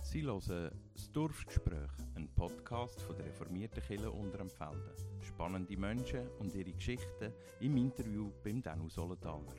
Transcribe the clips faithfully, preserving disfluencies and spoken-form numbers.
Sie hören das Dorfgespräch, ein Podcast von der reformierten Kirche Unterempfelden. Spannende Menschen und ihre Geschichten im Interview beim Danu Solenthaler.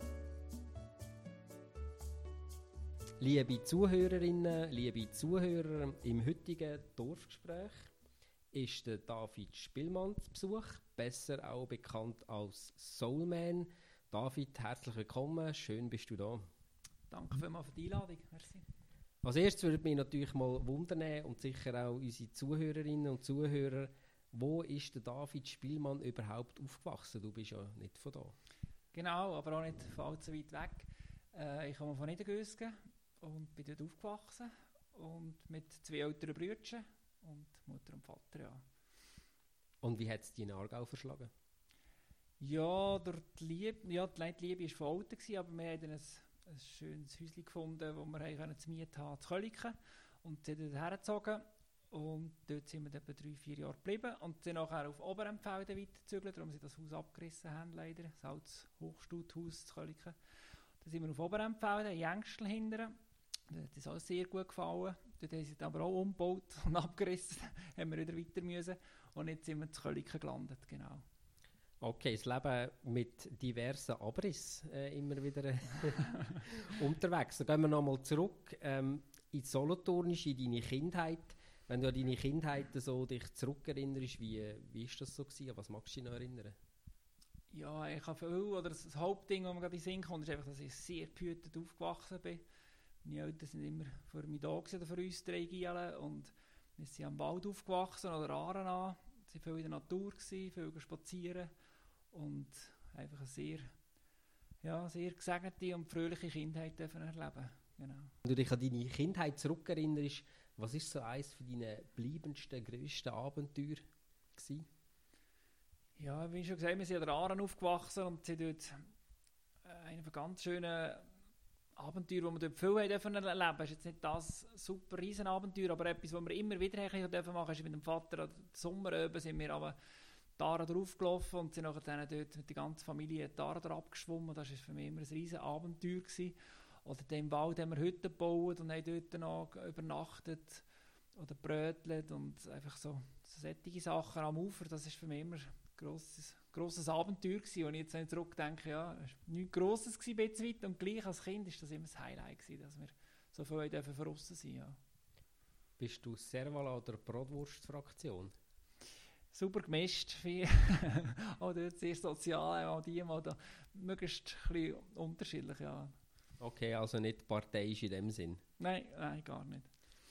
Liebe Zuhörerinnen, liebe Zuhörer, im heutigen Dorfgespräch ist der David Spielmann zu Besuch, besser auch bekannt als Soulman. David, herzlich willkommen, schön bist du da. Danke vielmals für die Einladung, merci. Als erstes würde mich natürlich mal wundern und sicher auch unsere Zuhörerinnen und Zuhörer, wo ist der David Spielmann überhaupt aufgewachsen? Du bist ja nicht von da. Genau, aber auch nicht von allzu weit weg. Äh, ich komme von Niedergösgen und bin dort aufgewachsen und mit zwei älteren Brüdern und Mutter und Vater, ja. Und wie hat es dich in Aargau verschlagen? Ja, durch die Liebe, ja, die Liebe war von Alten gewesen, aber wir haben dann ein, ein schönes Häuschen gefunden, wo wir haben zu Miete haben, zu Köliken, und sind dort hergezogen und dort sind wir etwa drei, vier Jahre geblieben und sind nachher auf Oberempfelden weitergezügelt, darum sie das Haus abgerissen haben, leider, das altes Hochstuthaus zu Köliken. Dann sind wir auf Oberempfelden, in Jengstel hinterher. Das hat uns auch sehr gut gefallen. Dort haben sie dann aber auch umgebaut und abgerissen. Haben wir wieder weiter müssen. Und jetzt sind wir zu Köliken gelandet, genau. Okay, das Leben mit diversen Abrissen äh, immer wieder äh, unterwegs. Dann gehen wir nochmal zurück ähm, in Solothurn, in deine Kindheit. Wenn du an deine Kindheit so dich zurückerinnerst, wie, wie ist das so gewesen? Was magst du dich noch erinnern? Ja, ich habe viel, oder das Hauptding, das mir gerade in den Sinn kommt, ist einfach, dass ich sehr behütet aufgewachsen bin. Meine Eltern waren immer für mich da gewesen, für uns drei Gielen, und wir sind am Wald aufgewachsen oder Aaren an. Wir waren viel in der Natur, gewesen, viel spazieren und einfach eine sehr, ja, sehr gesegnete und fröhliche Kindheit dürfen erleben. Genau. Wenn du dich an deine Kindheit zurückerinnerst, was ist so eines für deine bleibendsten, grössten Abenteuer gewesen? Ja, wie schon gesagt, wir sind in der Aaren aufgewachsen und sind dort eine ganz schönen Abenteuer, wo wir dort viel erleben durften. Es ist jetzt nicht das super riesen Abenteuer, aber etwas, was wir immer wieder machen durften, ist mit dem Vater im Sommer oben sind wir aber die Aare drauf gelaufen und sind nachher dann dort mit der ganzen Familie die Aare drauf abgeschwommen. Das war für mich immer ein riesen Abenteuer gewesen. Oder im Wald haben wir Hütten gebaut und haben dort noch übernachtet oder brötelt und einfach so, so solche Sachen am Ufer. Das war für mich immer grosses, grosses Abenteuer gewesen, und ich jetzt zurückdenke, ja, es war nichts Grosses gewesen, ein bisschen weit, und gleich als Kind war das immer das Highlight gewesen, dass wir so viel verrissen sind, ja. Bist du Servala oder Bratwurst-Fraktion? Super gemischt, auch dort sehr sozial, auch die mal da, möglichst ein bisschen unterschiedlich, ja. Okay, also nicht parteiisch in dem Sinn? Nein, nein, gar nicht.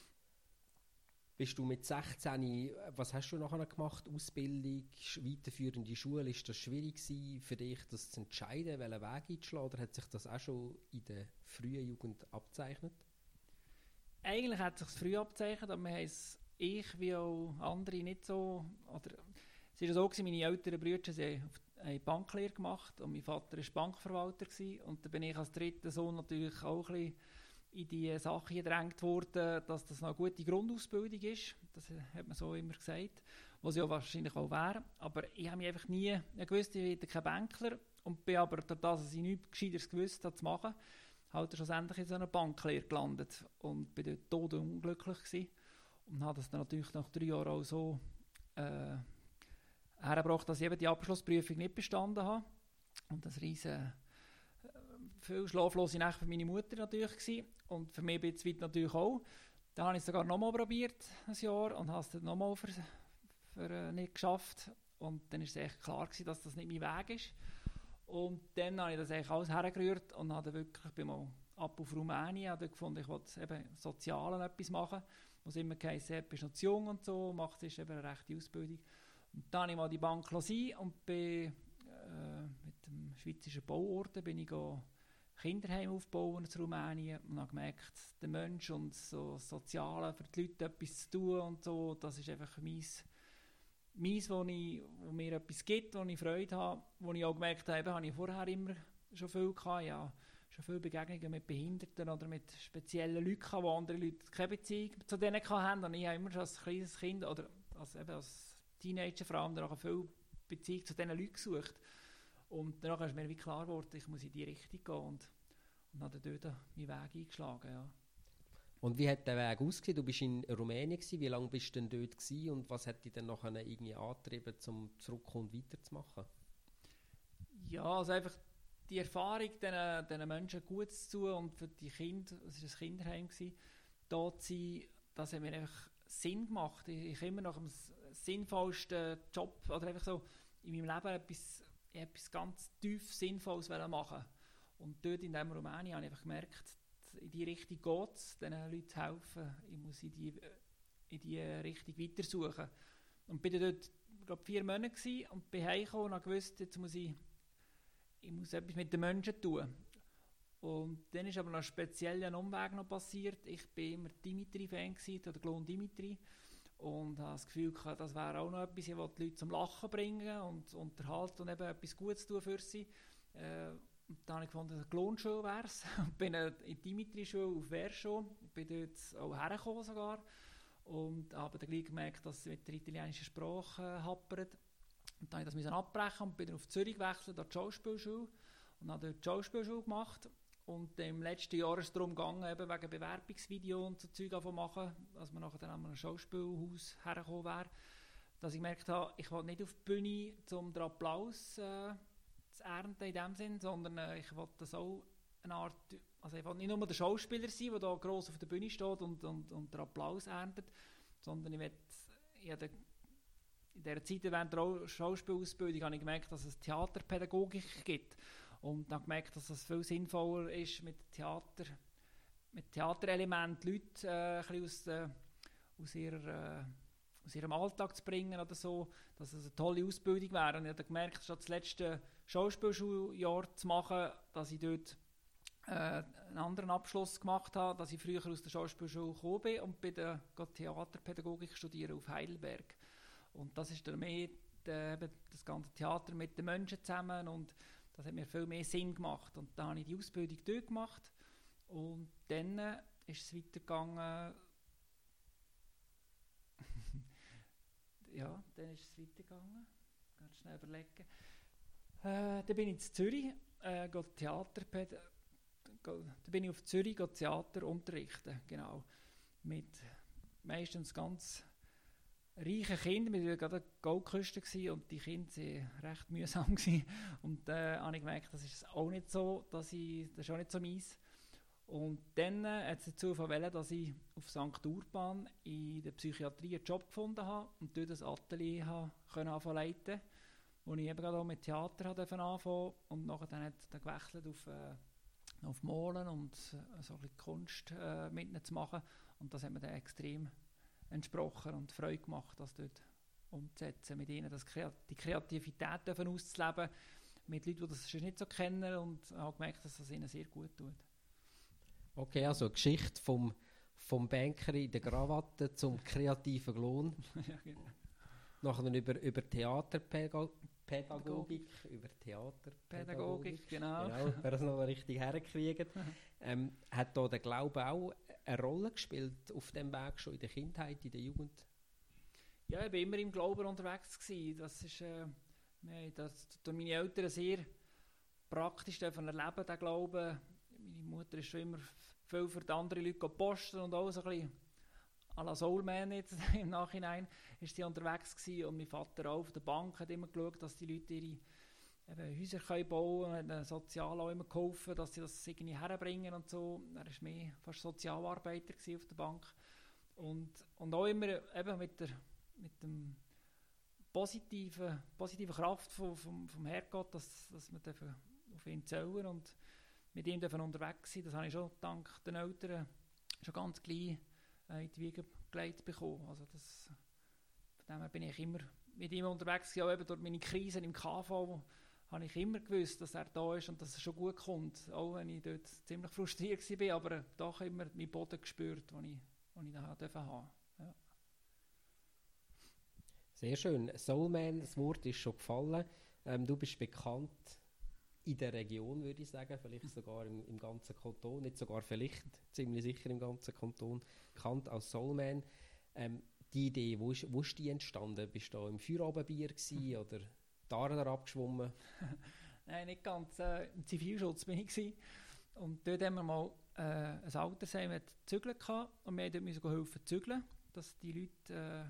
Bist du mit sechzehn, was hast du nachher gemacht? Ausbildung, weiterführende Schule, ist das schwierig gewesen für dich, das zu entscheiden, welchen Weg einzuschlagen, oder hat sich das auch schon in der frühen Jugend abzeichnet? Eigentlich hat es sich früh abzeichnet, aber wir haben es, ich wie auch andere, nicht so, oder es war so gewesen, meine älteren Brüder haben eine Banklehre gemacht und mein Vater war Bankverwalter gewesen, und dann bin ich als dritter Sohn natürlich auch ein bisschen in die Sache gedrängt worden, dass das eine gute Grundausbildung ist. Das hat man so immer gesagt, was ja wahrscheinlich auch wäre. Aber ich habe mich einfach nie gewusst, ich werde kein Bankler, und bin aber dadurch, dass ich nichts Gescheiteres gewusst habe zu machen, halt schlussendlich in so einer Banklehre gelandet und bin dort todunglücklich gewesen und habe das dann natürlich nach drei Jahren auch so äh, hergebracht, dass ich eben die Abschlussprüfung nicht bestanden habe, und das riesen viel schlaflose Nächte für meine Mutter natürlich gewesen, und für mich ein bisschen weit natürlich auch. Dann habe ich es sogar nochmal probiert, ein Jahr, und habe es dann nochmal für, für, äh, nicht geschafft. Und dann war es echt klar gewesen, dass das nicht mein Weg ist. Und dann habe ich das eigentlich alles hergerührt und habe dann wirklich, bin mal ab auf Rumänien, habe gefunden, ich wollte eben Sozialen etwas machen, was immer geheißen hat, bist noch zu jung und so, macht es eben eine rechte Ausbildung. Und dann habe ich mal die Bank sein und bin äh, mit dem Schweizerischen Bauorden bin ich go Kinderheim aufbauen in Rumänien und habe gemerkt, der Mensch und so das Soziale, für die Leute etwas zu tun und so, das ist einfach meins, meins wo, ich, wo mir etwas gibt, wo ich Freude habe, wo ich auch gemerkt habe, habe ich vorher immer schon viel gehabt, ja, schon viele Begegnungen mit Behinderten oder mit speziellen Leuten gehabt, wo andere Leute keine Beziehung zu denen hatten, und ich habe immer schon als kleines Kind oder als, eben als Teenager vor allem auch viel Beziehung zu diesen Leuten gesucht. Und danach ist mir wie klar geworden, ich muss in die Richtung gehen, und, und habe dann dort meinen Weg eingeschlagen. Ja. Und wie hat der Weg ausgesehen? Du bist in Rumänien gewesen. Wie lange bist du denn dort gewesen? Und was hat dich dann nachher irgendwie angetrieben, um zurückzukommen und weiterzumachen? Ja, also einfach die Erfahrung, diesen, diesen Menschen gut zu tun und für die Kinder, es war ein Kinderheim, gewesen, da zu sein, das hat mir einfach Sinn gemacht. Ich, ich immer nach dem sinnvollsten Job oder einfach so in meinem Leben etwas, etwas ganz tief Sinnvolles machen. Und dort in diesem Rumänien habe ich einfach gemerkt, in die Richtung geht es, diesen Leuten zu helfen. Ich muss in die, in die Richtung weitersuchen. Und bin dort, glaube vier Monate gewesen und bin heimgekommen und habe gewusst, jetzt muss ich, ich muss etwas mit den Menschen tun. Und dann ist aber noch ein spezieller Umweg noch passiert. Ich war immer Dimitri-Fan, oder Klon Dimitri. Und habe das Gefühl gehabt, das wäre auch noch etwas, ich will die Leute zum Lachen bringen und unterhalten und eben etwas Gutes tun für sie. Äh, Und dann habe ich gefunden, dass eine Klonschule wäre es. Ich bin in die Dimitri-Schule auf Verscho. Ich bin dort auch hergekommen sogar. Und habe dann gleich gemerkt, dass es mit der italienischen Sprache äh, happert. Und dann musste ich das abbrechen und bin dann auf Zürich gewechselt, an die Schauspielschule. Und habe dort die Schauspielschule gemacht. Und im letzten Jahr ist es darum gegangen, eben wegen Bewerbungsvideo und so Zeug zu machen, dass man nachher dann an einem Schauspielhaus hergekommen wäre. Dass ich gemerkt habe, ich will nicht auf die Bühne, um den Applaus äh, zu ernten in dem Sinn, sondern äh, ich wollte das auch eine Art, also ich wollte nicht nur der Schauspieler sein, der da gross auf der Bühne steht und, und, und den Applaus erntet, sondern ich will, ja, der, in dieser Zeit während der Schauspielausbildung habe ich gemerkt, dass es Theaterpädagogik gibt und habe gemerkt, dass es viel sinnvoller ist, mit Theater, mit Theaterelementen Leute äh, ein bisschen aus, äh, aus ihrer äh, aus ihrem Alltag zu bringen oder so, dass es eine tolle Ausbildung wäre. Und ich habe gemerkt, statt das letzte Schauspielschuljahr zu machen, dass ich dort äh, einen anderen Abschluss gemacht habe, dass ich früher aus der Schauspielschule gekommen bin und bei der Theaterpädagogik studiere auf Heidelberg. Und das ist dann mehr de, das ganze Theater mit den Menschen zusammen und das hat mir viel mehr Sinn gemacht. Und dann habe ich die Ausbildung dort gemacht und dann ist es weitergegangen. Ja, dann ist es weitergegangen. Ganz schnell überlegen. Äh, dann bin ich in Zürich, äh, Theater, da bin ich auf Zürich Theater unterrichten, genau. Mit meistens ganz reichen Kindern. Wir waren gerade an der Goldküste und die Kinder waren recht mühsam. Und dann äh, habe ich gemerkt, das ist auch nicht so, dass ich, das ist auch nicht so meins. Und dann äh, hat es dazu verwählt, dass ich auf Sankt Urban in der Psychiatrie einen Job gefunden habe und dort ein Atelier habe können anfangen leiten, wo ich eben gerade auch mit Theater anfangen durfte und nachher dann hat dann gewechselt auf, äh, auf Malen und äh, so ein bisschen Kunst äh, mit ihnen zu machen. Und das hat mir dann extrem entsprochen und Freude gemacht, das dort umzusetzen, mit ihnen das Kreat- die Kreativität dürfen auszuleben, mit Leuten, die das schon nicht so kennen und habe gemerkt, dass das ihnen sehr gut tut. Okay, also eine Geschichte vom, vom Banker in der Krawatte zum kreativen Klon. Ja, genau. Nachher über, über Theaterpädagogik, über Theaterpädagogik, genau. Genau, wer das noch richtig herkriegt. ähm, hat da der Glaube auch eine Rolle gespielt auf dem Weg schon in der Kindheit, in der Jugend? Ja, ich war immer im Glauben unterwegs gewesen. Das ist, äh, das durch meine Eltern sehr praktisch erleben, den Glauben. Meine Mutter ist schon immer viel für die anderen Leute posten und auch so ein bisschen à la Soulman jetzt im Nachhinein ist sie unterwegs gewesen und mein Vater auch auf der Bank hat immer geschaut, dass die Leute ihre eben, Häuser können bauen können, hat sozial auch immer geholfen, dass sie das irgendwie herbringen und so. Er war mehr fast Sozialarbeiter gewesen auf der Bank und, und auch immer eben mit der mit dem positiven, positiven Kraft vom, vom, vom Herrgott, dass, dass wir auf ihn zählen und mit ihm unterwegs sein. Das habe ich schon dank den Eltern schon ganz klein äh, in die Wiege gelegt bekommen. Also das, von dem her bin ich immer mit ihm unterwegs gewesen. Auch eben durch meine Krisen im K V habe ich immer gewusst, dass er da ist und dass es schon gut kommt. Auch wenn ich dort ziemlich frustriert war, aber doch immer meinen Boden gespürt, den ich, den ich da haben durfte. Ja. Sehr schön. Soulman, das Wort ist schon gefallen. Ähm, du bist bekannt in der Region, würde ich sagen, vielleicht sogar im, im ganzen Kanton, nicht sogar vielleicht, ziemlich sicher im ganzen Kanton, bekannt als Soulman. Ähm, die Idee, wo ist, wo ist die entstanden? Bist du da im Feierabendbier gewesen oder Tarner abgeschwommen? Nein, nicht ganz. Äh, Im Zivilschutz bin ich gewesen. Und dort haben wir mal äh, ein Altersheim hat zügeln gehabt und wir mussten dort helfen zügeln, dass die Leute, äh,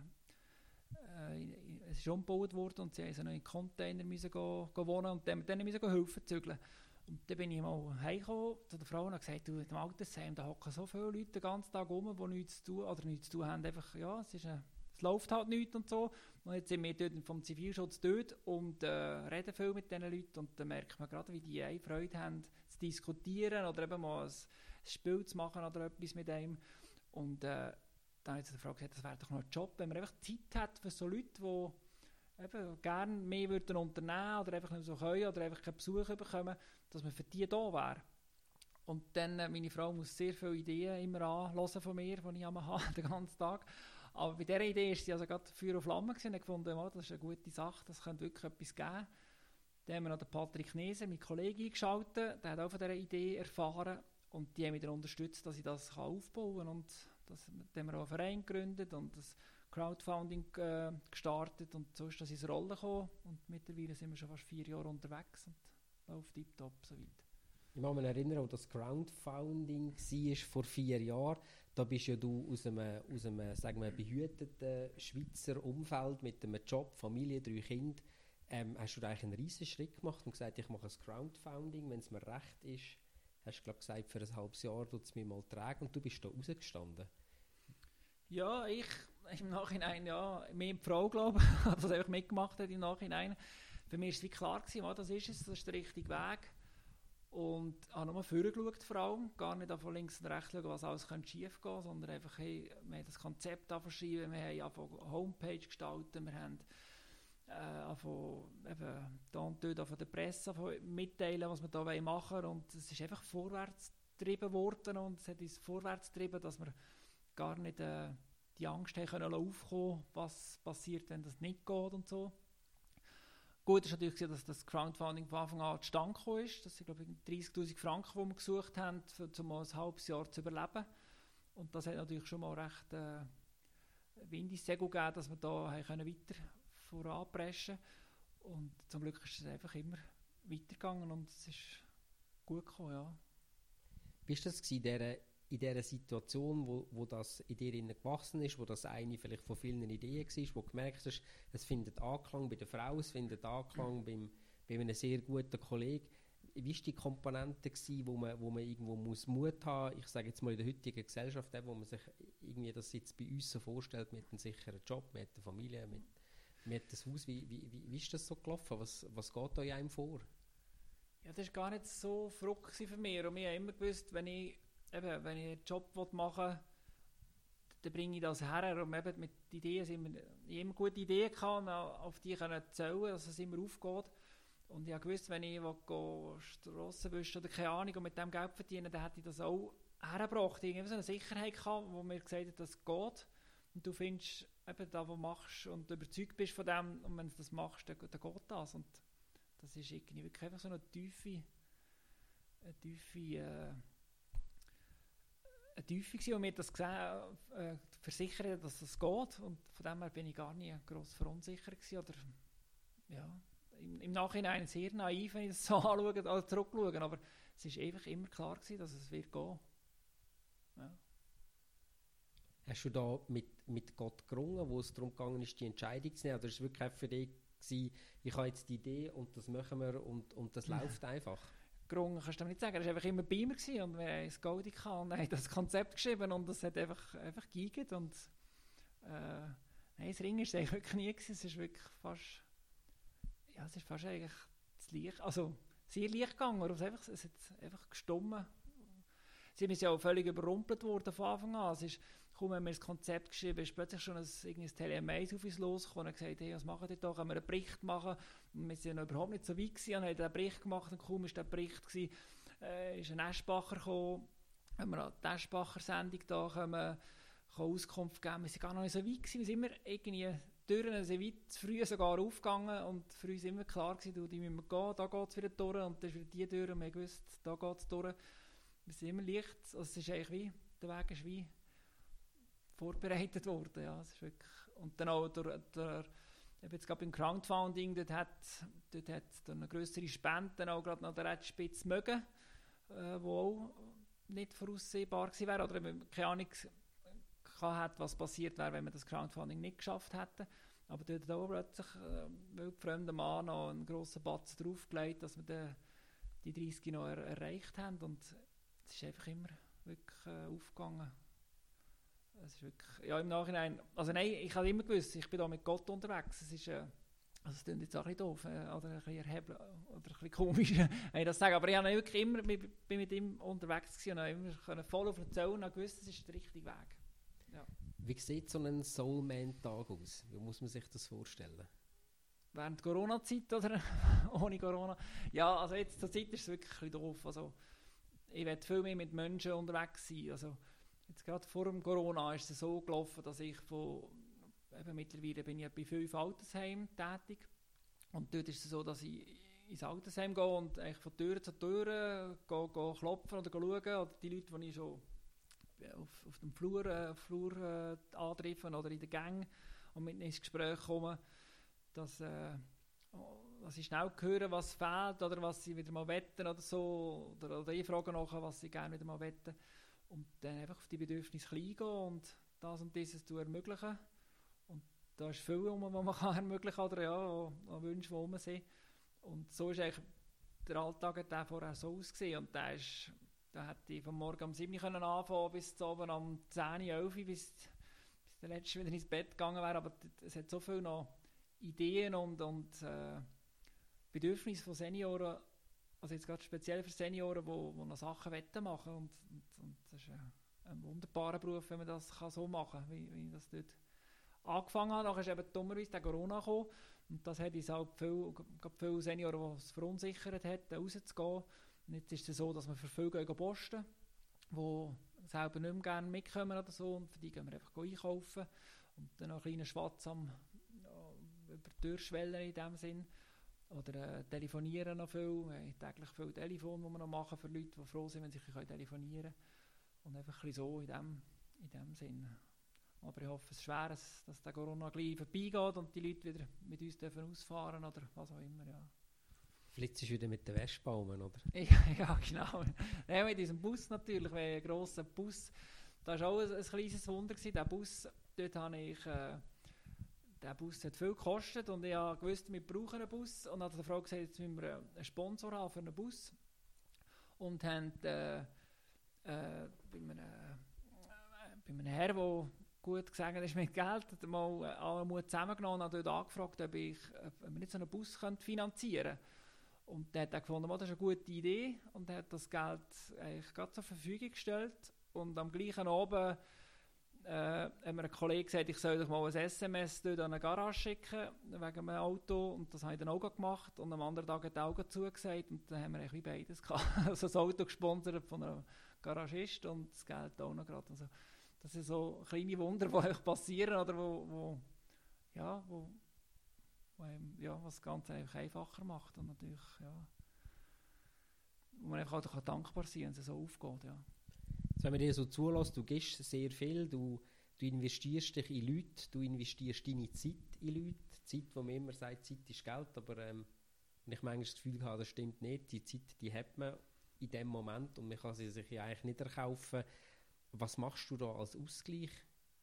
äh, es ist umgebaut worden und sie mussten noch in Container müssen go, go wohnen und dann, dann müssen wir helfen zügeln. Und dann bin ich mal heimgekommen zu der Frau und habe gesagt, du, im Altersheim, da hocken so viele Leute den ganzen Tag rum, die nichts zu tun, oder nichts zu tun haben, einfach, ja, es ist eine, es läuft halt nichts und so. Und jetzt sind wir dort vom Zivilschutz dort und äh, reden viel mit diesen Leuten und dann merkt man gerade, wie die eine Freude haben, zu diskutieren oder eben mal ein, ein Spiel zu machen oder etwas mit einem. Und äh, dann habe ich zu der Frau gesagt, das wäre doch noch ein Job, wenn man einfach Zeit hat für so Leute, die eben gerne mehr würden unternehmen oder einfach nicht so können oder einfach keinen Besuch bekommen, dass man für die da wäre. Und dann, äh, meine Frau muss sehr viele Ideen immer anhören von mir, die ich immer habe, den ganzen Tag. Aber bei dieser Idee war sie also gerade Feuer und Flamme gewesen und ich gefunden, oh, das ist eine gute Sache, das könnte wirklich etwas geben. Dann haben wir noch den Patrick Neser, meinen Kollegen, eingeschaltet, der hat auch von dieser Idee erfahren und die haben mich dann unterstützt, dass ich das aufbauen kann. Und das, dann haben wir auch einen Verein gegründet und das Crowdfunding äh, gestartet und so ist das ins Rollen gekommen und mittlerweile sind wir schon fast vier Jahre unterwegs und läuft tipptopp so weit. Ich kann mich erinnern, als das Crowdfunding war vor vier Jahren. Da bist ja du aus einem, aus einem sagen wir, behüteten Schweizer Umfeld mit einem Job, Familie, drei Kinder. Ähm, hast du da eigentlich einen riesen Schritt gemacht und gesagt, ich mache ein Crowdfunding, wenn es mir recht ist. Hast du glaub, gesagt, für ein halbes Jahr tut es mir mal tragen und du bist da rausgestanden. Ja, ich im Nachhinein, ja, mehr die Frau, glaube ich, hat das einfach mitgemacht hat im Nachhinein. Für mich war es wie klar gewesen, oh, das ist es, das ist der richtige Weg. Und ich habe nochmal vorgeschaut, vor allem. Gar nicht von links und rechts schauen, was alles schief gehen könnte, sondern einfach, hey, wir haben das Konzept verschrieben, wir haben angefangen, eine Homepage gestalten, wir haben äh, angefangen, eben, da und dort von der Presse mitteilen, was wir da machen wollen. Und es ist einfach vorwärts getrieben worden und es hat uns vorwärts getrieben, dass wir gar nicht äh, die Angst haben können aufkommen, was passiert, wenn das nicht geht und so. Gut ist natürlich, dass das Crowdfunding von Anfang an zustande gekommen ist. Das sind, glaube ich, dreissigtausend Franken, die wir gesucht haben, um mal ein halbes Jahr zu überleben. Und das hat natürlich schon mal recht äh, Wind ins Segel gegeben, dass wir da können weiter voranpreschen können. Und zum Glück ist es einfach immer weitergegangen und es ist gut gekommen, ja. Wie war das in dieser, in dieser Situation, wo, wo das in dir gewachsen ist, wo das eine vielleicht von vielen Ideen war, wo du gemerkt hast, es findet Anklang bei der Frau, es findet Anklang beim, bei einem sehr guten Kollegen. Wie war die Komponente gewesen, wo man, wo man irgendwo muss Mut haben muss, ich sage jetzt mal in der heutigen Gesellschaft, wo man sich irgendwie das jetzt bei uns so vorstellt, mit einem sicheren Job, mit der Familie, mit, mit das Haus, wie, wie, wie, wie ist das so gelaufen? Was, was geht da in einem vor? Ja, das war gar nicht so verrückt für mich und ich habe immer gewusst, wenn ich Eben, wenn ich einen Job machen will, dann bringe ich das her. Und eben mit Ideen sind wir, ich immer gute Ideen gehabt, auf die können zählen, dass es immer aufgeht. Und ich habe gewusst, wenn ich Strassen wüsste oder keine Ahnung und mit dem Geld verdienen, dann hätte ich das auch hergebracht. Ich habe so eine Sicherheit gehabt, wo mir gesagt hat, das geht. Und du findest eben da, wo du machst und überzeugt bist von dem, und wenn du das machst, dann, dann geht das. Und das ist irgendwie wirklich einfach so eine tiefe, eine tiefe äh, eine Tiefe gewesen, und mir das gesehen, äh, versichert, dass das geht. Und von dem her bin ich gar nie gross verunsichert gewesen. Oder, ja, im, im Nachhinein sehr naiv, wenn ich das so anschaue, oder zurückschaue. Aber es war einfach immer klar gewesen, dass es wird gehen. Ja. Hast du da mit, mit Gott gerungen, wo es darum gegangen ist, die Entscheidung zu nehmen? Oder war es wirklich für dich gewesen, ich habe jetzt die Idee und das machen wir und, und das läuft einfach? Gerungen kannst du nicht sagen, er war einfach immer bei mir gewesen und wir haben das Goldie gehabt und haben das Konzept geschrieben und es hat einfach, einfach geigert und äh, nein, das Ring war es eigentlich wirklich nie gewesen. Es ist wirklich fast, ja, es ist fast eigentlich das Licht, also sehr leicht gegangen, aber es, einfach, es hat einfach gestummen. Sie sind ja auch völlig überrumpelt worden von Anfang an. Es ist, kaum haben wir das Konzept geschrieben, ist plötzlich schon ein, ein Tele M eins auf uns losgekommen und gesagt, hey, was machen wir da? Können wir einen Bericht machen? Und wir sind ja noch überhaupt nicht so weit gewesen und haben einen Bericht gemacht und kaum war der Bericht gewesen, äh, ist ein Eschbacher gekommen, haben wir die Eschbacher-Sendung da können, können Auskunft geben. Wir sind gar noch nicht so weit gewesen, wir sind immer irgendwie Türen sind weit zu früh sogar aufgegangen und für uns immer klar gewesen, du, die müssen wir gehen, da geht es wieder durch und das ist wieder die Tür und wir wussten, da geht es durch. Wir sind immer leicht, also es ist eigentlich wie, der Weg ist wie vorbereitet worden, ja, es ist wirklich, und dann auch durch, durch jetzt gerade beim Crowdfunding, dort hat, dort hat eine grössere Spende auch gerade noch der Red Spitz mögen, äh, wo auch nicht voraussehbar gewesen wäre oder wenn man keine Ahnung gehabt hätte, was passiert wäre, wenn wir das Crowdfunding nicht geschafft hätten. Aber dort hat auch plötzlich äh, ein wildfremder Mann noch einen grossen Batzen draufgelegt, dass wir den, die dreißig noch er, erreicht haben. Und es ist einfach immer wirklich äh, aufgegangen. Es ist wirklich, ja, im Nachhinein, also nein, ich habe immer gewusst, ich bin da mit Gott unterwegs. Es ist, äh, also es klingt jetzt auch ein bisschen doof, äh, oder ein bisschen erheblich, oder ein bisschen komisch, wenn ich das sage. Aber ich habe wirklich immer, bin mit ihm unterwegs gewesen und habe immer voll auf den Zellen und gewusst, das ist der richtige Weg. Ja. Wie sieht so ein Soulman-Tag aus? Wie muss man sich das vorstellen? Während Corona-Zeit oder ohne Corona? Ja, also jetzt zur Zeit ist es wirklich ein bisschen doof. Also, ich werde viel mehr mit Menschen unterwegs sein. Also, jetzt gerade vor dem Corona ist es so gelaufen, dass ich von, eben mittlerweile bin ich bei fünf Altersheimen tätig. Und dort ist es so, dass ich ins Altersheim gehe und eigentlich von Tür zu Tür gehe, gehe klopfen oder schauen. Oder die Leute, die ich schon auf, auf dem Flur, äh, Flur äh, antreffen oder in der Gang und mit ihnen ins Gespräch kommen, dass, äh, dass ich schnell höre, was fehlt oder was sie wieder mal wetten oder so, oder, oder ich frage nachher, was sie gerne wieder mal wetten und dann einfach auf die Bedürfnisse klein gehen und das und dieses zu ermöglichen. Und da ist viel, was man kann ermöglichen kann oder ja, an Wünschen, die rum sind. Und so ist eigentlich der Alltag hat der vorher so ausgesehen und der ist Da hätte ich von morgen um sieben Uhr anfangen bis zu oben um zehn, elf Uhr, bis, bis der Letzte wieder ins Bett gegangen wäre. Aber es hat so viele noch Ideen und, und äh, Bedürfnisse von Senioren, also jetzt gerade speziell für Senioren, die, die noch Sachen machen wollen. Und, und, und das ist ein, ein wunderbarer Beruf, wenn man das kann so machen kann, wie, wie das dort angefangen hat. Nachher ist eben dummerweise der Corona gekommen. Und das hat uns auch viel, viele Senioren, die es verunsichert hat, rauszugehen. Und jetzt ist es so, dass wir für viele gehen posten, die selber nicht mehr gerne mitkommen oder so. Und für die gehen wir einfach einkaufen. Und dann noch einen kleinen Schwatz am, ja, über die Türschwelle in dem Sinn. Oder äh, telefonieren noch viel. Wir haben täglich viel Telefon, die wir noch machen für Leute, die froh sind, wenn sie können telefonieren können. Und einfach ein bisschen so in dem, in dem Sinn. Aber ich hoffe, es ist schwer, dass, dass der Corona gleich vorbeigeht und die Leute wieder mit uns dürfen ausfahren oder was auch immer, ja. Flitzt ist wieder mit den Westbaumen, oder? Ja, genau. Ja, mit diesem Bus natürlich, ein grosser Bus. Das war auch ein, ein kleines Wunder gewesen. Der Bus, dort habe ich, äh, der Bus hat viel gekostet und ich habe gewusst, wir brauchen einen Bus. Und dann hat die Frau gesagt, jetzt müssen wir einen Sponsor haben für einen Bus. Und haben äh, äh, bei einem, äh, bei einem Herr, der gut gesagt ist mit Geld, hat mal alle Mut zusammengenommen und hat dort angefragt, ob, ich, ob wir nicht so einen Bus finanzieren könnte. Und der hat dann gefunden, oh, das ist eine gute Idee und er hat das Geld eigentlich gerade zur Verfügung gestellt. Und am gleichen Abend äh, hat mir ein Kollege gesagt, ich soll doch mal ein S M S dort an eine Garage schicken, wegen einem Auto. Und das habe ich dann auch gemacht. Und am anderen Tag hat er auch zugesagt. Und dann haben wir eigentlich beides gehabt. Also das Auto gesponsert von einem Garagist und das Geld auch noch gerade. Also, das sind so kleine Wunder, die euch passieren oder wo, wo, ja, wo, wo einem, ja, was das Ganze einfach einfacher macht und natürlich, ja, wo man einfach auch dankbar sein, wenn es so aufgeht, ja. Jetzt, wenn man dir so zulässt, du gibst sehr viel, du, du investierst dich in Leute, du investierst deine Zeit in Leute, Zeit, wo man immer sagt, Zeit ist Geld, aber ähm, wenn ich manchmal das Gefühl habe, das stimmt nicht, die Zeit, die hat man in dem Moment und man kann sie sich ja eigentlich nicht erkaufen. Was machst du da als Ausgleich?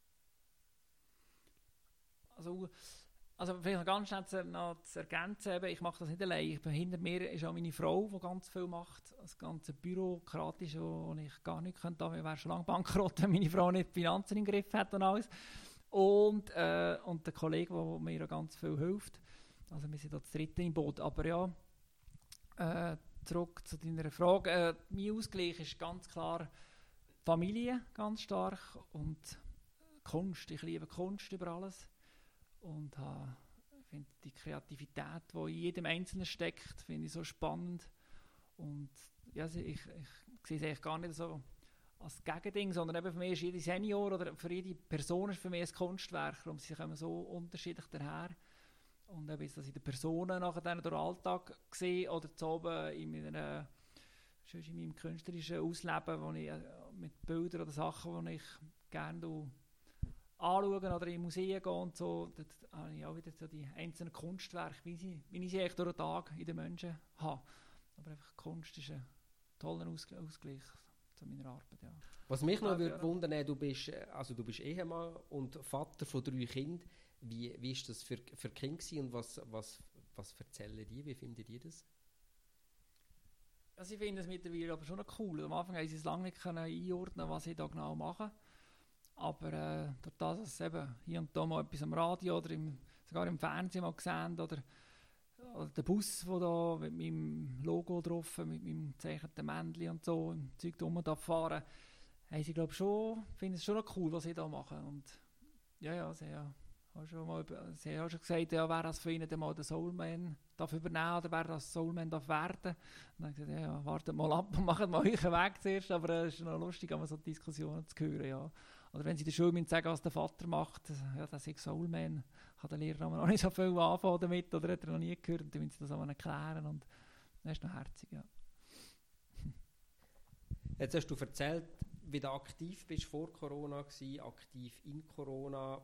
Also, also vielleicht ganz schnell zu, noch zu ergänzen, ich mache das nicht allein. Ich bin, hinter mir ist auch meine Frau, die ganz viel macht. Das ganze Bürokratische, wo ich gar nicht könnte. Ich wäre schon lange bankrott, wenn meine Frau nicht die Finanzen im Griff hat und alles. Und, äh, und der Kollege, der mir auch ganz viel hilft. Also wir sind da das dritte im Boot. Aber ja, äh, zurück zu deiner Frage. Äh, mein Ausgleich ist ganz klar Familie, ganz stark, und Kunst. Ich liebe Kunst über alles. Und ich finde die Kreativität, die in jedem Einzelnen steckt, finde ich so spannend. Und ja, ich, ich, ich sehe es eigentlich gar nicht so als Gegending, sondern eben für mich ist jede Senior oder für jede Person ist für mich ein Kunstwerk. Und sie kommen so unterschiedlich daher. Und eben, dass ich die Personen nachher dann durch den Alltag sehe oder zu oben in meiner, in meinem künstlerischen Ausleben, wo ich mit Bildern oder Sachen, die ich gerne anschauen oder in Museen gehen und so, dort habe ich auch wieder so die einzelnen Kunstwerke, wie, sie, wie ich sie eigentlich durch den Tag in den Menschen habe. Aber einfach Kunst ist ein toller Ausgleich. zu meiner Arbeit, ja. Was mich noch Ja, würde ja. wundern, du bist, äh, also du bist Ehemann und Vater von drei Kindern. Wie, wie ist das für, für Kinder gewesen und was, was, was erzählen die? Wie finden die das? Also ich finde es mittlerweile aber schon noch cool. Am Anfang haben sie es lange nicht können einordnen, was ich da genau mache. Aber äh, durch das, dass sie eben hier und da mal etwas am Radio oder im, sogar im Fernsehen mal gesehen oder, oder der Bus, der da mit meinem Logo drauf, mit meinem gezeichneten Männchen und so im Zeug da da fahren, haben sie glaube schon, finden es schon noch cool, was ich da mache. Und ja, ja, sie haben ja schon mal, sie haben schon gesagt, ja, wer das für ihnen dann mal den Soulman darf übernehmen oder wer das Soulman darf werden. Und dann habe ich gesagt, ja, ja, wartet mal ab und macht mal euren Weg zuerst. Aber es ist noch lustig, wenn man so Diskussionen zu hören, ja. Oder wenn sie in der Schule sagen, was der Vater macht, ja, das ist Soulman, kann der Lehrer noch nicht so viel anfangen damit oder hat er noch nie gehört und dann müssen sie das auch erklären und das ist noch herzig, ja. Jetzt hast du erzählt, wie du aktiv bist vor Corona gewesen, aktiv in Corona.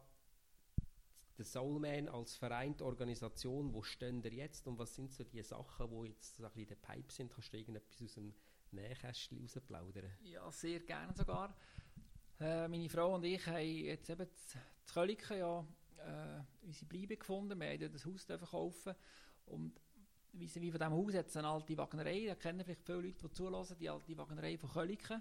Der Soulman als Verein, die Organisation, wo stehen ihr jetzt und was sind so die Sachen, die jetzt so ein bisschen in der Pipe sind? Kannst du irgendetwas aus dem Nähkästchen rausplaudern? Ja, sehr gerne sogar. Äh, meine Frau und ich haben jetzt eben zu Köliken ja äh, unsere Bleibe gefunden. Wir haben dort das Haus kaufen und wie von diesem Haus hat es eine alte Wagnerei. Da kennen vielleicht viele Leute, die zulassen, die alte Wagnerei von Köliken.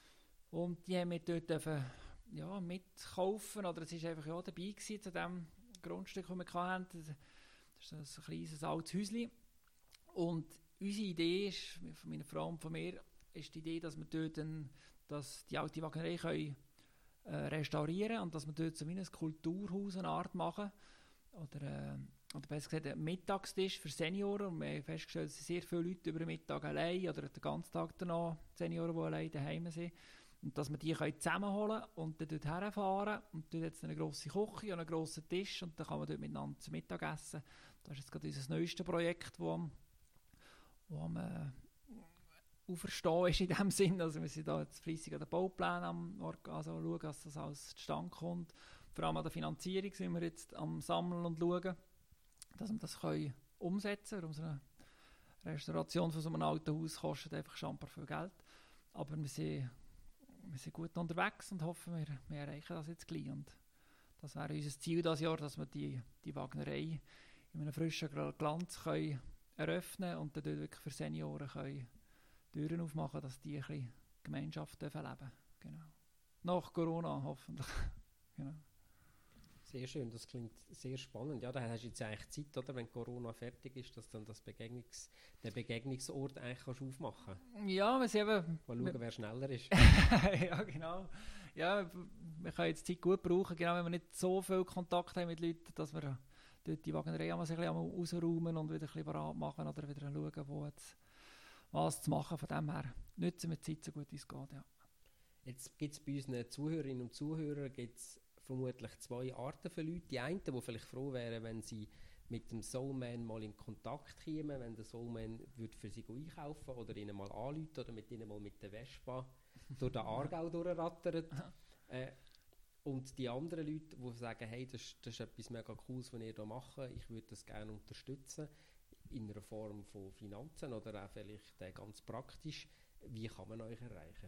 Und die haben wir dort dürfen, ja, mitkaufen. Oder es war einfach ja, dabei gewesen, zu dem Grundstück, das wir hatten. Das ist ein kleines altes Häuschen. Und unsere Idee ist, von meiner Frau und von mir, ist die Idee, dass wir dort ein, dass die alte Wagnerei können, äh, restaurieren und dass wir dort so wie ein Kulturhaus eine Art machen. Oder, äh, oder besser gesagt, einen Mittagstisch für Senioren. Und wir haben festgestellt, dass sehr viele Leute über den Mittag allein oder den ganzen Tag danach, Senioren, die allein daheim sind. Und dass wir die können zusammenholen und dann dort herfahren. Und dort hat es eine grosse Küche und einen grossen Tisch und dann kann man dort miteinander zum Mittag essen. Das ist jetzt gerade unser neuestes Projekt, das am, wo am äh, auferstehen ist in dem Sinn. Also wir sind da jetzt fleissig an den Bauplänen am also schauen, dass das alles zustande kommt. Vor allem an der Finanzierung sind wir jetzt am Sammeln und schauen, dass wir das können umsetzen können. So eine Restauration von so einem alten Haus kostet einfach schambar viel Geld. Aber wir sind, wir sind gut unterwegs und hoffen, wir, wir erreichen das jetzt gleich. Und das wäre unser Ziel dieses Jahr, dass wir die, die Wagnerei in einem frischen Glanz können eröffnen und dann dort wirklich für Senioren können Türen aufmachen, dass die ein bisschen Gemeinschaft leben dürfen. Genau. Nach Corona hoffentlich. Genau. Sehr schön, das klingt sehr spannend. Ja, da hast du jetzt eigentlich Zeit, oder, wenn Corona fertig ist, dass dann das Begegnungs-, den Begegnungsort eigentlich kannst aufmachen kannst. Ja, wir sind eben... Mal schauen, wer schneller ist. Ja, genau. Ja, wir können jetzt die Zeit gut brauchen, genau, wenn wir nicht so viel Kontakt haben mit Leuten, dass wir dort die Wagnerei ein bisschen ausräumen und wieder ein bisschen parat machen oder wieder schauen, wo jetzt was zu machen. Von dem her nutzen wir die Zeit so gut wie es geht, ja. Jetzt gibt es bei unseren Zuhörerinnen und Zuhörern gibt's vermutlich zwei Arten von Leuten. Die einen, die vielleicht froh wären, wenn sie mit dem Soulman mal in Kontakt kämen, wenn der Soulman würde für sie einkaufen oder ihnen mal anrufen oder mit ihnen mal mit der Vespa durch den Aargau durchrattert. äh, und die anderen Leute, die sagen, hey, das, das ist etwas mega Cooles, was ihr hier macht, ich würde das gerne unterstützen, in einer Form von Finanzen oder auch vielleicht äh, ganz praktisch. Wie kann man euch erreichen?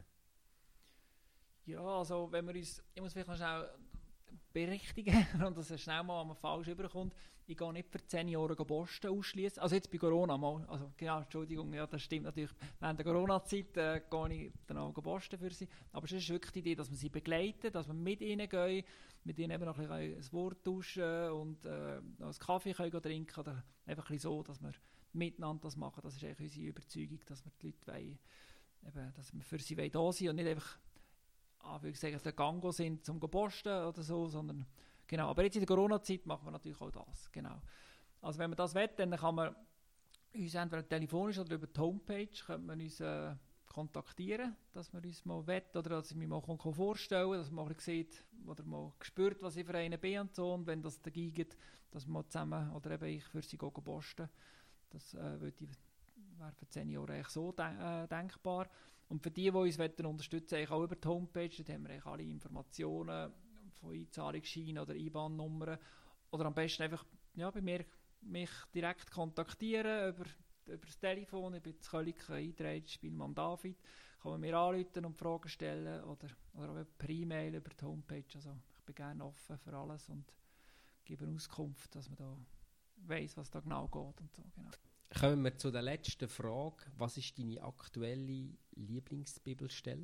Ja, also wenn wir uns, ich muss vielleicht noch schnell berichtigen und dass es schnell mal einmal falsch überkommt. Ich gehe nicht für zehn Jahre posten ausschließen. Also jetzt bei Corona mal. Also genau, Entschuldigung, ja, das stimmt natürlich. Während der Corona-Zeit äh, gehe ich dann auch posten für sie. Aber es ist wirklich die Idee, dass wir sie begleiten, dass wir mit ihnen gehen, mit ihnen eben noch ein, bisschen ein Wort tauschen und äh, noch einen Kaffee können trinken oder einfach ein bisschen so, dass wir miteinander das machen. Das ist eigentlich unsere Überzeugung, dass wir die Leute wollen, eben, dass wir für sie da sind und nicht einfach Ah, wie gesagt, der Gango sind zum Posten oder so, sondern genau. Aber jetzt in der Corona-Zeit machen wir natürlich auch das, genau. Also wenn man das will, dann kann man uns entweder telefonisch oder über die Homepage könnte man uns äh, kontaktieren, dass man uns mal will oder dass ich mich mal kann vorstellen kann, dass man mal sieht oder mal spürt, was ich für einen bin und so. Und wenn das dagegen geht, dass wir zusammen oder eben ich für sie posten, das äh, würde ich, wäre für zehn Jahre eigentlich so de- äh, denkbar. Und für die, die uns unterstützen wollen, auch über die Homepage, dort haben wir alle Informationen von Einzahlungsscheinen oder I B A N-Nummern. Oder am besten einfach ja, bei mir mich direkt kontaktieren über über das Telefon, ich bin in Köliken eingetragen, ich bin Mann David, kann man mir anrufen und Fragen stellen oder, oder auch per E-Mail über die Homepage. Also ich bin gerne offen für alles und gebe Auskunft, dass man da weiss, was da genau geht und so. Genau. Kommen wir zu der letzten Frage. Was ist deine aktuelle Lieblingsbibelstelle?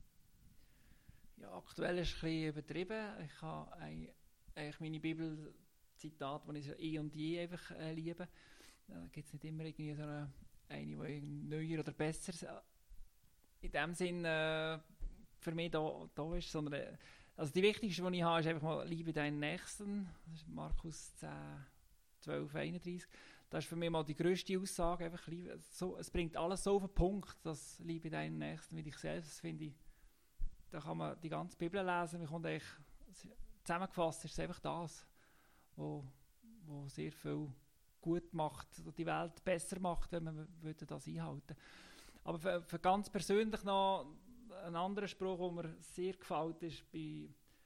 Ja, aktuell ist es ein bisschen übertrieben. Ich habe eigentlich meine Bibelzitate, die ich so eh und je einfach äh, liebe. Da gibt es nicht immer irgendwie so eine, eine die neuer oder besser in dem Sinn äh, für mich da, da ist. Sondern, also die wichtigste, die ich habe, ist einfach mal «Liebe deinen Nächsten». Das ist Markus zehn, zwölf, einunddreißig. Das ist für mich mal die grösste Aussage. Einfach liebe, so, es bringt alles so auf den Punkt, dass «Liebe deinen Nächsten wie dich selbst», das finde ich, da kann man die ganze Bibel lesen. Man kommt eigentlich, zusammengefasst ist es einfach das, wo, wo sehr viel gut macht und die Welt besser macht, wenn man das einhalten würde. Aber für, für ganz persönlich noch ein anderer Spruch, der mir sehr gefällt, ist bei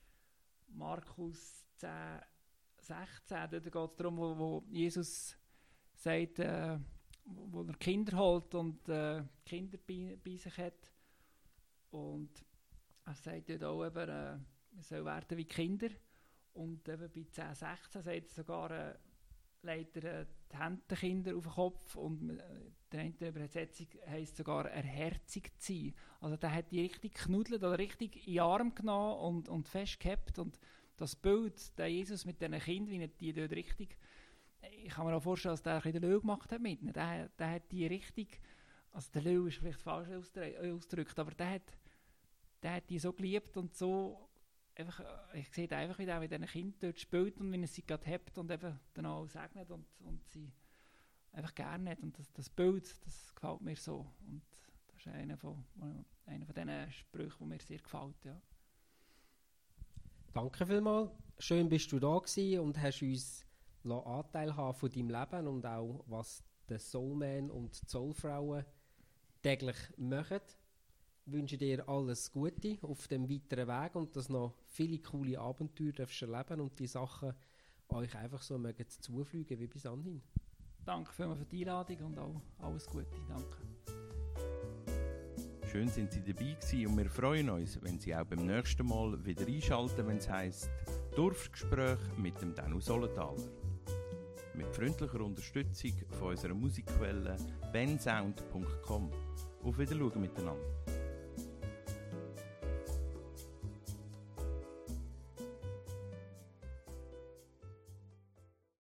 Markus zehn, sechzehn. Dort geht es darum, wo, wo Jesus sagt, äh, wo er Kinder holt und äh, Kinder bei, bei sich hat. Und er sagt dort auch, eben, äh, man soll werden wie Kinder. Und eben bei zehn, sechzehn sagt er sogar, äh, legt er äh, die Hände der Kinder auf den Kopf und äh, der eine Übersetzung heisst sogar erherzigt sein. Also der hat die richtig geknuddelt oder richtig in den Arm genommen und, und festgehabt. Und das Bild, der Jesus mit diesen Kindern, wie er die dort richtig, ich kann mir auch vorstellen, dass der ein bisschen den Löw gemacht hat mit ihnen. Der, der hat die richtig, also der Löw ist vielleicht falsch ausgedrückt, aber der hat, der hat die so geliebt und so, einfach, ich sehe einfach, wie der mit diesen Kindern dort spielt und wie er sie gerade hat und eben dann auch segnet und, und sie einfach gerne hat. Und das, das Bild, das gefällt mir so. Und das ist einer von, einer von diesen Sprüchen, die mir sehr gefällt. Ja. Danke vielmals. Schön bist du da gewesen und hast uns Anteil haben von deinem Leben und auch, was die Soulman und die Soulfrauen täglich machen. Ich wünsche dir alles Gute auf dem weiteren Weg und dass noch viele coole Abenteuer darfst erleben und die Sachen euch einfach so mögen zufliegen wie bis anhin. Danke vielmals für die Einladung und auch alles Gute. Danke. Schön sind Sie dabei gewesen und wir freuen uns, wenn Sie auch beim nächsten Mal wieder einschalten, wenn es heisst Dorfgespräch mit dem Danu Solenthaler. Mit freundlicher Unterstützung von unserer Musikquelle bensound punkt com. Auf Wiedersehen miteinander.